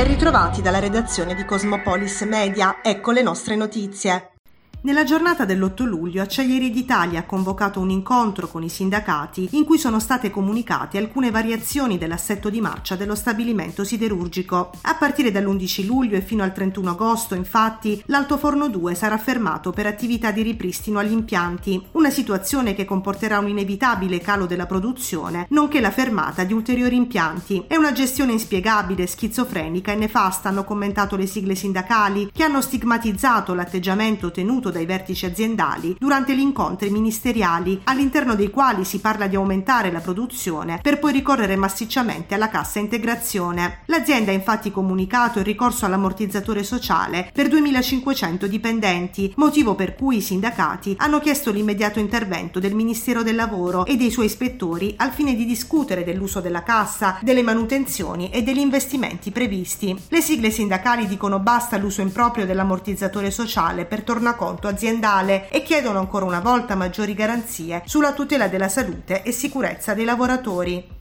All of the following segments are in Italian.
Ben ritrovati dalla redazione di Cosmopolis Media, ecco le nostre notizie. Nella giornata dell'8 luglio Acciaierie d'Italia ha convocato un incontro con i sindacati in cui sono state comunicate alcune variazioni dell'assetto di marcia dello stabilimento siderurgico. A partire dall'11 luglio e fino al 31 agosto, infatti, l'Altoforno 2 sarà fermato per attività di ripristino agli impianti, una situazione che comporterà un inevitabile calo della produzione, nonché la fermata di ulteriori impianti. È una gestione inspiegabile, schizofrenica e nefasta, hanno commentato le sigle sindacali, che hanno stigmatizzato l'atteggiamento tenuto dai vertici aziendali durante gli incontri ministeriali, all'interno dei quali si parla di aumentare la produzione per poi ricorrere massicciamente alla cassa integrazione. L'azienda ha infatti comunicato il ricorso all'ammortizzatore sociale per 2.500 dipendenti, motivo per cui i sindacati hanno chiesto l'immediato intervento del Ministero del Lavoro e dei suoi ispettori al fine di discutere dell'uso della cassa, delle manutenzioni e degli investimenti previsti. Le sigle sindacali dicono basta all'uso improprio dell'ammortizzatore sociale per tornaconto aziendale e chiedono ancora una volta maggiori garanzie sulla tutela della salute e sicurezza dei lavoratori.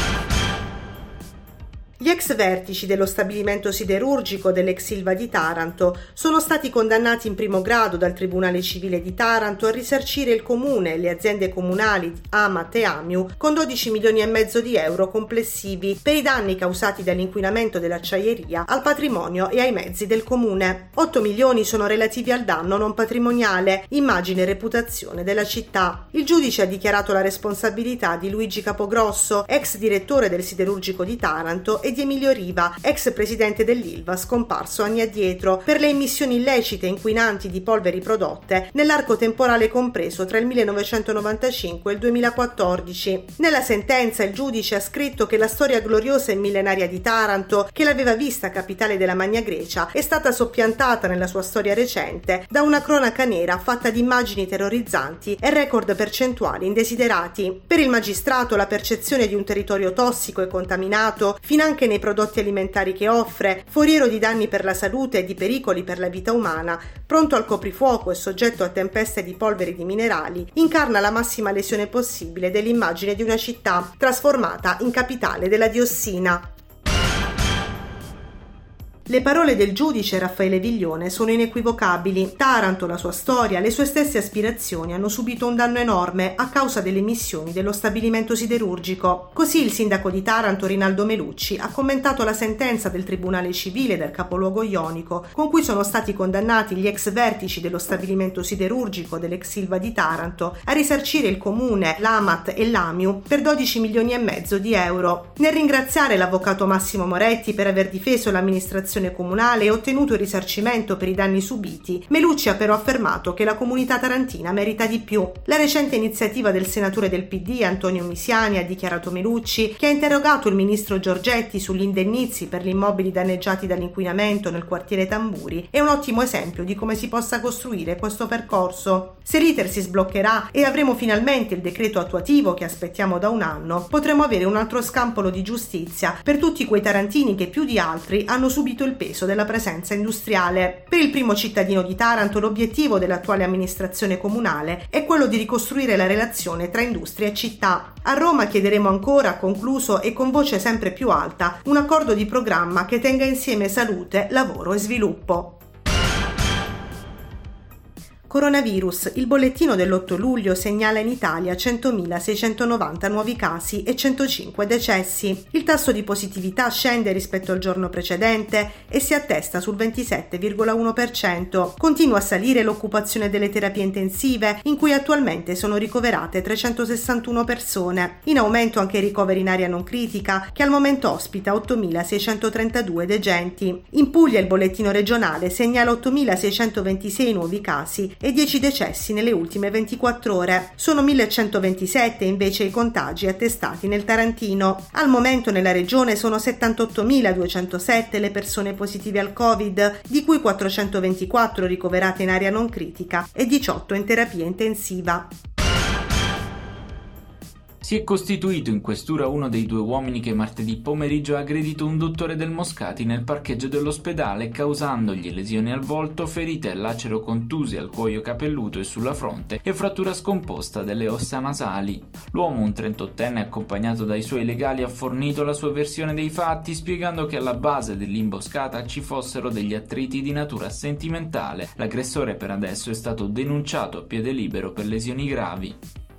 Gli ex vertici dello stabilimento siderurgico dell'ex Ilva di Taranto sono stati condannati in primo grado dal Tribunale Civile di Taranto a risarcire il comune e le aziende comunali Amat e Amiu con 12 milioni e mezzo di euro complessivi per i danni causati dall'inquinamento dell'acciaieria al patrimonio e ai mezzi del comune. 8 milioni sono relativi al danno non patrimoniale, immagine e reputazione della città. Il giudice ha dichiarato la responsabilità di Luigi Capogrosso, ex direttore del siderurgico di Taranto, e di Emilio Riva, ex presidente dell'Ilva, scomparso anni addietro, per le emissioni illecite e inquinanti di polveri prodotte nell'arco temporale compreso tra il 1995 e il 2014. Nella sentenza il giudice ha scritto che la storia gloriosa e millenaria di Taranto, che l'aveva vista capitale della Magna Grecia, è stata soppiantata nella sua storia recente da una cronaca nera fatta di immagini terrorizzanti e record percentuali indesiderati. Per il magistrato la percezione di un territorio tossico e contaminato, finanche nei prodotti alimentari che offre, foriero di danni per la salute e di pericoli per la vita umana, pronto al coprifuoco e soggetto a tempeste di polveri di minerali, incarna la massima lesione possibile dell'immagine di una città trasformata in capitale della diossina. Le parole del giudice Raffaele Viglione sono inequivocabili. Taranto, la sua storia, le sue stesse aspirazioni hanno subito un danno enorme a causa delle emissioni dello stabilimento siderurgico. Così il sindaco di Taranto Rinaldo Melucci ha commentato la sentenza del Tribunale Civile del capoluogo ionico con cui sono stati condannati gli ex vertici dello stabilimento siderurgico dell'ex Ilva di Taranto a risarcire il comune, l'Amat e l'Amiu per 12 milioni e mezzo di euro. Nel ringraziare l'avvocato Massimo Moretti per aver difeso l'amministrazione comunale e ottenuto il risarcimento per i danni subiti, Melucci ha però affermato che la comunità tarantina merita di più. La recente iniziativa del senatore del PD Antonio Misiani, ha dichiarato Melucci, che ha interrogato il ministro Giorgetti sugli indennizi per gli immobili danneggiati dall'inquinamento nel quartiere Tamburi, è un ottimo esempio di come si possa costruire questo percorso. Se l'iter si sbloccherà e avremo finalmente il decreto attuativo che aspettiamo da un anno, potremo avere un altro scampolo di giustizia per tutti quei tarantini che più di altri hanno subito il peso della presenza industriale. Per il primo cittadino di Taranto l'obiettivo dell'attuale amministrazione comunale è quello di ricostruire la relazione tra industria e città. A Roma chiederemo ancora, concluso e con voce sempre più alta, un accordo di programma che tenga insieme salute, lavoro e sviluppo. Coronavirus. Il bollettino dell'8 luglio segnala in Italia 100.690 nuovi casi e 105 decessi. Il tasso di positività scende rispetto al giorno precedente e si attesta sul 27,1%. Continua a salire l'occupazione delle terapie intensive, in cui attualmente sono ricoverate 361 persone. In aumento anche i ricoveri in area non critica, che al momento ospita 8.632 degenti. In Puglia il bollettino regionale segnala 8.626 nuovi casi e 10 decessi nelle ultime 24 ore. Sono 1.127 invece i contagi attestati nel Tarantino. Al momento nella regione sono 78.207 le persone positive al Covid, di cui 424 ricoverate in area non critica e 18 in terapia intensiva. Si è costituito in questura uno dei 2 uomini che martedì pomeriggio ha aggredito un dottore del Moscati nel parcheggio dell'ospedale, causandogli lesioni al volto, ferite e lacero contusi al cuoio capelluto e sulla fronte e frattura scomposta delle ossa nasali. L'uomo, un 38enne accompagnato dai suoi legali, ha fornito la sua versione dei fatti, spiegando che alla base dell'imboscata ci fossero degli attriti di natura sentimentale. L'aggressore per adesso è stato denunciato a piede libero per lesioni gravi.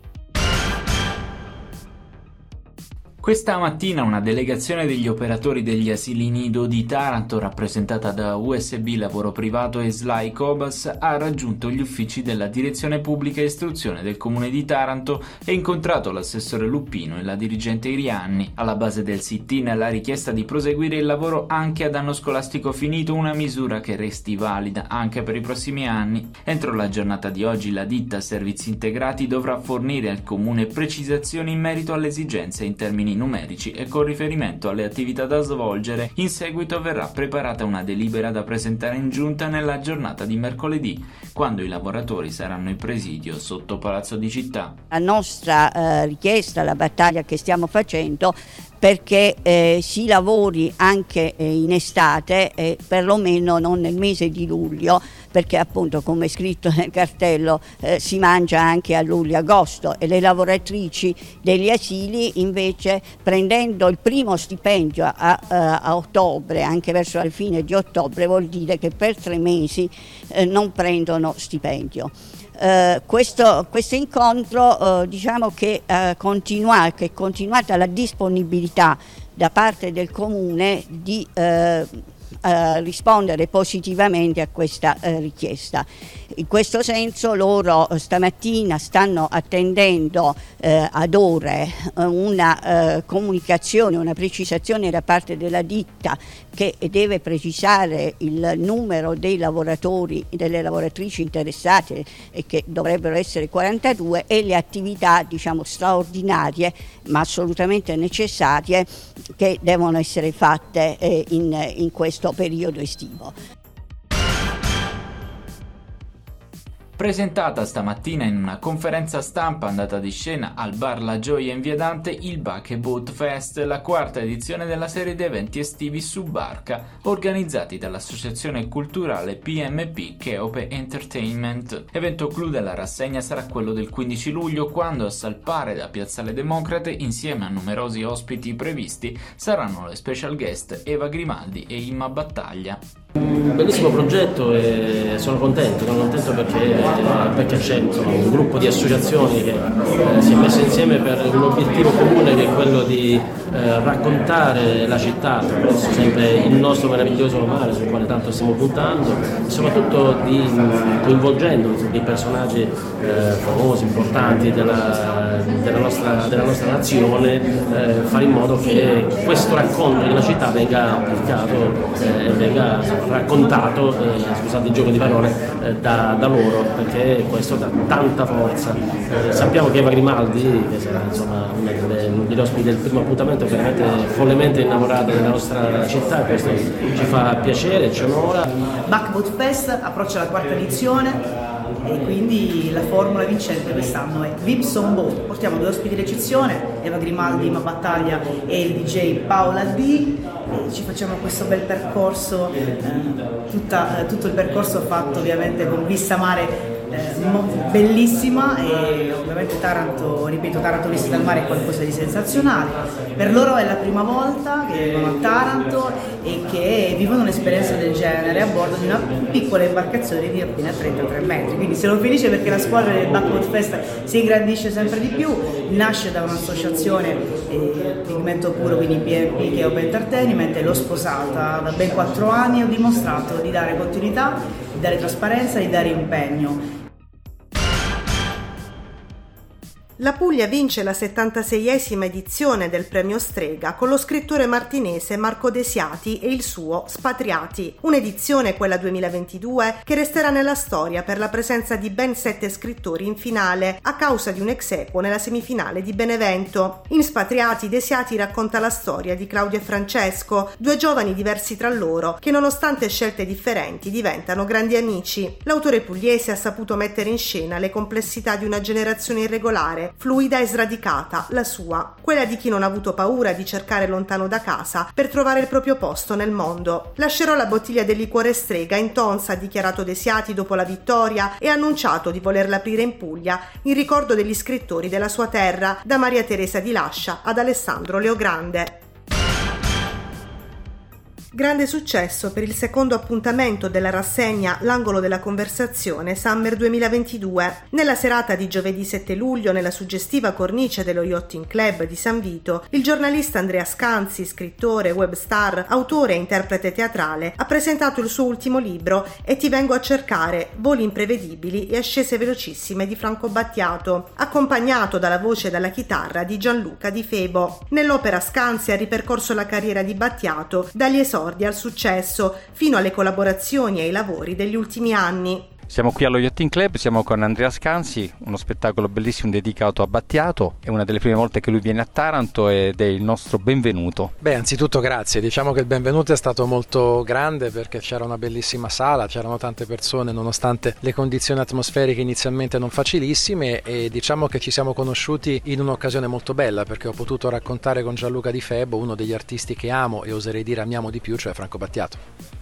Questa mattina una delegazione degli operatori degli asili nido di Taranto, rappresentata da USB Lavoro Privato e SLAI Cobas, ha raggiunto gli uffici della Direzione Pubblica Istruzione del Comune di Taranto e incontrato l'assessore Luppino e la dirigente Irianni. Alla base del sit-in la richiesta di proseguire il lavoro anche ad anno scolastico finito, una misura che resti valida anche per i prossimi anni. Entro la giornata di oggi la ditta Servizi Integrati dovrà fornire al Comune precisazioni in merito alle esigenze in termini numerici e con riferimento alle attività da svolgere. In seguito verrà preparata una delibera da presentare in giunta nella giornata di mercoledì, quando i lavoratori saranno in presidio sotto Palazzo di Città. La nostra richiesta, la battaglia che stiamo facendo perché si lavori anche in estate, perlomeno non nel mese di luglio, perché appunto, come è scritto nel cartello, si mangia anche a luglio-agosto, e le lavoratrici degli asili invece, prendendo il primo stipendio a ottobre, anche verso la fine di ottobre, vuol dire che per 3 mesi non prendono stipendio. Questo incontro diciamo che è continuata la disponibilità da parte del Comune di rispondere positivamente a questa richiesta. In questo senso loro stamattina stanno attendendo ad ore una comunicazione, una precisazione da parte della ditta che deve precisare il numero dei lavoratori e delle lavoratrici interessate, e che dovrebbero essere 42, e le attività diciamo straordinarie ma assolutamente necessarie che devono essere fatte in questo periodo estivo. Presentata stamattina in una conferenza stampa andata di scena al bar La Gioia in Via Dante il Bucket Boat Fest, la 4ª edizione della serie di eventi estivi su barca organizzati dall'associazione culturale PMP Cheope Entertainment. Evento clou della rassegna sarà quello del 15 luglio, quando a salpare da Piazzale Democrate, insieme a numerosi ospiti previsti, saranno le special guest Eva Grimaldi e Imma Battaglia. Un bellissimo progetto e sono contento perché c'è un gruppo di associazioni che si è messo insieme per un obiettivo comune, che è quello di raccontare la città attraverso sempre il nostro meraviglioso mare sul quale tanto stiamo puntando, e soprattutto coinvolgendo dei personaggi famosi, importanti della nostra nazione, fare in modo che questo racconto della città venga amplificato e venga raccontato, scusate il gioco di parole, da loro, perché questo dà tanta forza. Sappiamo che Eva Grimaldi, che sarà insomma una degli ospiti del primo appuntamento, è veramente follemente innamorata della nostra città, e questo ci fa piacere, ci onora. Bucket Boat Fest approccia la 4ª edizione e quindi la formula vincente quest'anno è Vips on Boat. Portiamo 2 ospiti d'eccezione, Eva Grimaldi, Imma Battaglia e il DJ Paola D. E ci facciamo questo bel percorso, tutto il percorso fatto ovviamente con vista mare bellissima, e ovviamente Taranto vista dal mare è qualcosa di sensazionale. Per loro è la prima volta che vengono a Taranto e che vivono un'esperienza del genere a bordo di una piccola imbarcazione di appena 33 metri, quindi sono felice perché la squadra del Bucket Boat Fest si ingrandisce sempre di più. Nasce da un'associazione Pigmento Puro, quindi PMP Cheope Entertainment, e l'ho sposata da ben 4 anni e ho dimostrato di dare continuità, di dare trasparenza, di dare impegno. La Puglia vince la 76esima edizione del premio Strega con lo scrittore martinese Marco Desiati e il suo Spatriati, un'edizione, quella 2022, che resterà nella storia per la presenza di ben 7 scrittori in finale a causa di un ex aequo nella semifinale di Benevento. In Spatriati Desiati racconta la storia di Claudio e Francesco, 2 giovani diversi tra loro che nonostante scelte differenti diventano grandi amici. L'autore pugliese ha saputo mettere in scena le complessità di una generazione irregolare personale, fluida e sradicata, la sua, quella di chi non ha avuto paura di cercare lontano da casa per trovare il proprio posto nel mondo. Lascerò la bottiglia del liquore Strega in Tonsa, ha dichiarato De Siati dopo la vittoria e ha annunciato di volerla aprire in Puglia in ricordo degli scrittori della sua terra, da Maria Teresa di Lascia ad Alessandro Leogrande. Grande successo per il secondo appuntamento della rassegna L'angolo della conversazione Summer 2022. Nella serata di giovedì 7 luglio, nella suggestiva cornice dello Yachting Club di San Vito, il giornalista Andrea Scanzi, scrittore, web star, autore e interprete teatrale, ha presentato il suo ultimo libro E ti vengo a cercare, voli imprevedibili e ascese velocissime di Franco Battiato, accompagnato dalla voce e dalla chitarra di Gianluca Di Febo. Nell'opera Scanzi ha ripercorso la carriera di Battiato dagli esordi al successo fino alle collaborazioni e ai lavori degli ultimi anni. Siamo qui allo Yachting Club, siamo con Andrea Scanzi, uno spettacolo bellissimo dedicato a Battiato, è una delle prime volte che lui viene a Taranto ed è il nostro benvenuto. Beh, anzitutto grazie, diciamo che il benvenuto è stato molto grande perché c'era una bellissima sala, c'erano tante persone nonostante le condizioni atmosferiche inizialmente non facilissime, e diciamo che ci siamo conosciuti in un'occasione molto bella perché ho potuto raccontare con Gianluca Di Febo uno degli artisti che amo e oserei dire amiamo di più, cioè Franco Battiato.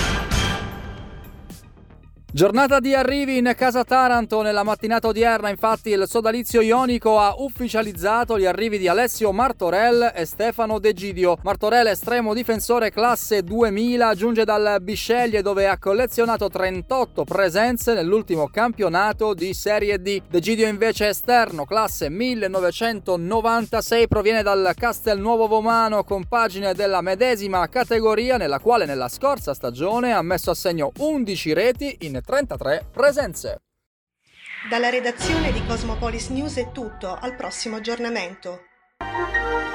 Giornata di arrivi in casa Taranto. Nella mattinata odierna, infatti, il sodalizio ionico ha ufficializzato gli arrivi di Alessio Martorell e Stefano De Gidio. Martorell, estremo difensore classe 2000, giunge dal Bisceglie dove ha collezionato 38 presenze nell'ultimo campionato di Serie D. De Gidio invece esterno, classe 1996, proviene dal Castelnuovo Vomano con pagine della medesima categoria nella quale nella scorsa stagione ha messo a segno 11 reti in 33 presenze. Dalla redazione di Cosmopolis News è tutto, al prossimo aggiornamento.